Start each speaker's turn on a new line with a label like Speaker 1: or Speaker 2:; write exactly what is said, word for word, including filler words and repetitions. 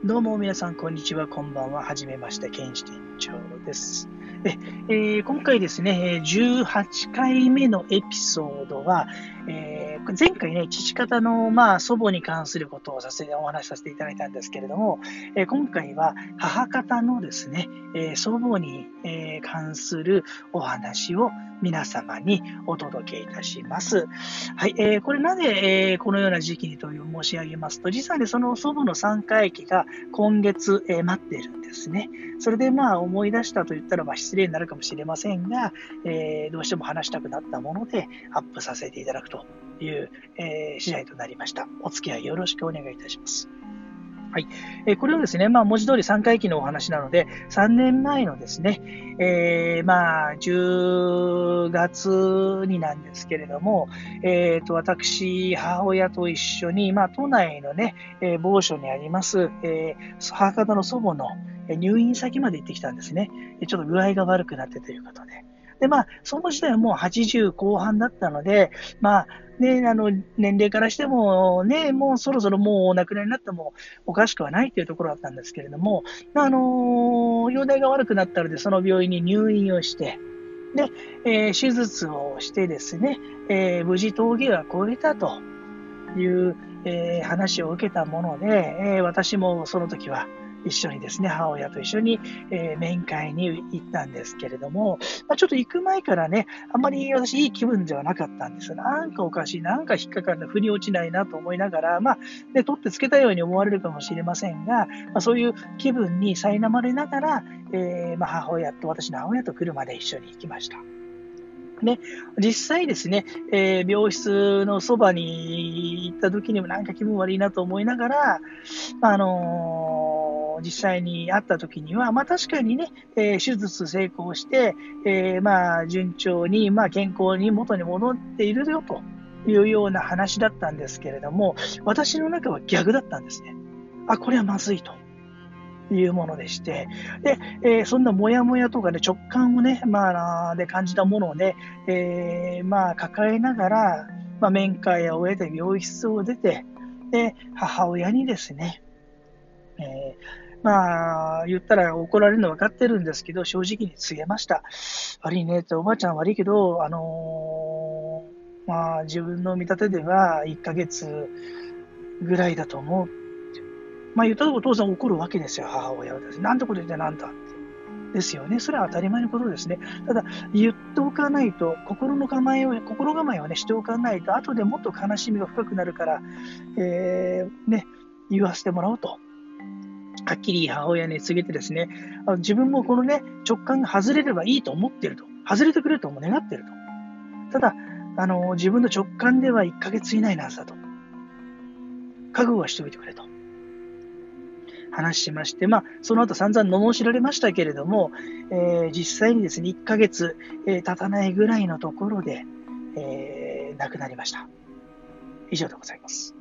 Speaker 1: どうも皆さん、こんにちは、こんばんは。はじめまして、ケンシ店長です。ええー今回ですね、えーじゅうはちかいめのエピソードは、えー前回ね、父方の、まあ、祖母に関することをさせてお話しさせていただいたんですけれども、えー今回は母方のですね、えー祖母に、えー関するお話を皆様にお届けいたします。はい、えーこれなぜ、えーこのような時期にという申し上げますと、実はね、その祖母の三回忌が今月、えー待っているんですね。それでまあ思い出したと言ったらまあ失礼になるかもしれませんが、えーどうしても話したくなったものでアップさせていただくという、えー次第となりました。お付き合いよろしくお願いいたします。はい。えーこれをですね、まあ、文字通りさんかい忌のお話なので、さんねんまえのですね、えーまあ、じゅうがつになんですけれども、えーと、私、母親と一緒に、まあ、都内のね、えー某所にあります、えー母方の祖母のえー入院先まで行ってきたんですね。ちょっと具合が悪くなってということで。で、まあ、その時代はもうはちじゅうこう半だったので、まあ、ね、あの、年齢からしても、ね、もうそろそろもうお亡くなりになってもおかしくはないというところだったんですけれども、あの、容体が悪くなったので、その病院に入院をして、で、えー手術をしてですね、えー無事峠は越えたという、えー話を受けたもので、えー私もその時は一緒にですね、母親と一緒に、えー面会に行ったんですけれども、まあ、ちょっと行く前からね、あんまり私いい気分ではなかったんですよ。なんかおかしい、なんか引っかかるな、腑に落ちないなと思いながら、まあ、ね、取ってつけたように思われるかもしれませんが、まあ、そういう気分に苛まれながら、えーまあ、母親と私の母親と車で一緒に行きました。ね、実際ですね、えー病室のそばに行った時にもなんか気分悪いなと思いながら、あのー実際に会った時には、まあ確かにね、えー手術成功して、えーまあ順調に、まあ健康に元に戻っているよというような話だったんですけれども、私の中は逆だったんですね。あ、これはまずいと。いうものでして、で、えーそんなモヤモヤとかね、直感をね、まあ、で感じたものをね、えーまあ、抱えながら、まあ、面会を終えて病室を出て、で、母親にですね、えーまあ、言ったら怒られるの分かってるんですけど、正直に告げました。悪いねって、おばあちゃん悪いけど、あのーまあ、自分の見立てではいっかげつぐらいだと思う。まあ言ったらお父さん怒るわけですよ、母親はですね。なんてこと言ってなんだって。ですよね。それは当たり前のことですね。ただ、言っておかないと、心の構えを、心構えをね、しておかないと、後でもっと悲しみが深くなるから、えー、ね、言わせてもらおうと。はっきり母親に告げてですね、あの自分もこのね、直感が外れればいいと思っていると。外れてくれるとも願っていると。ただ、あの、自分の直感ではいっかげつ以内なんだと。覚悟はしておいてくれと。話しまして、まあ、その後散々罵られましたけれども、えー実際にですね、いっかげつ、えー経たないぐらいのところで、えー亡くなりました。以上でございます。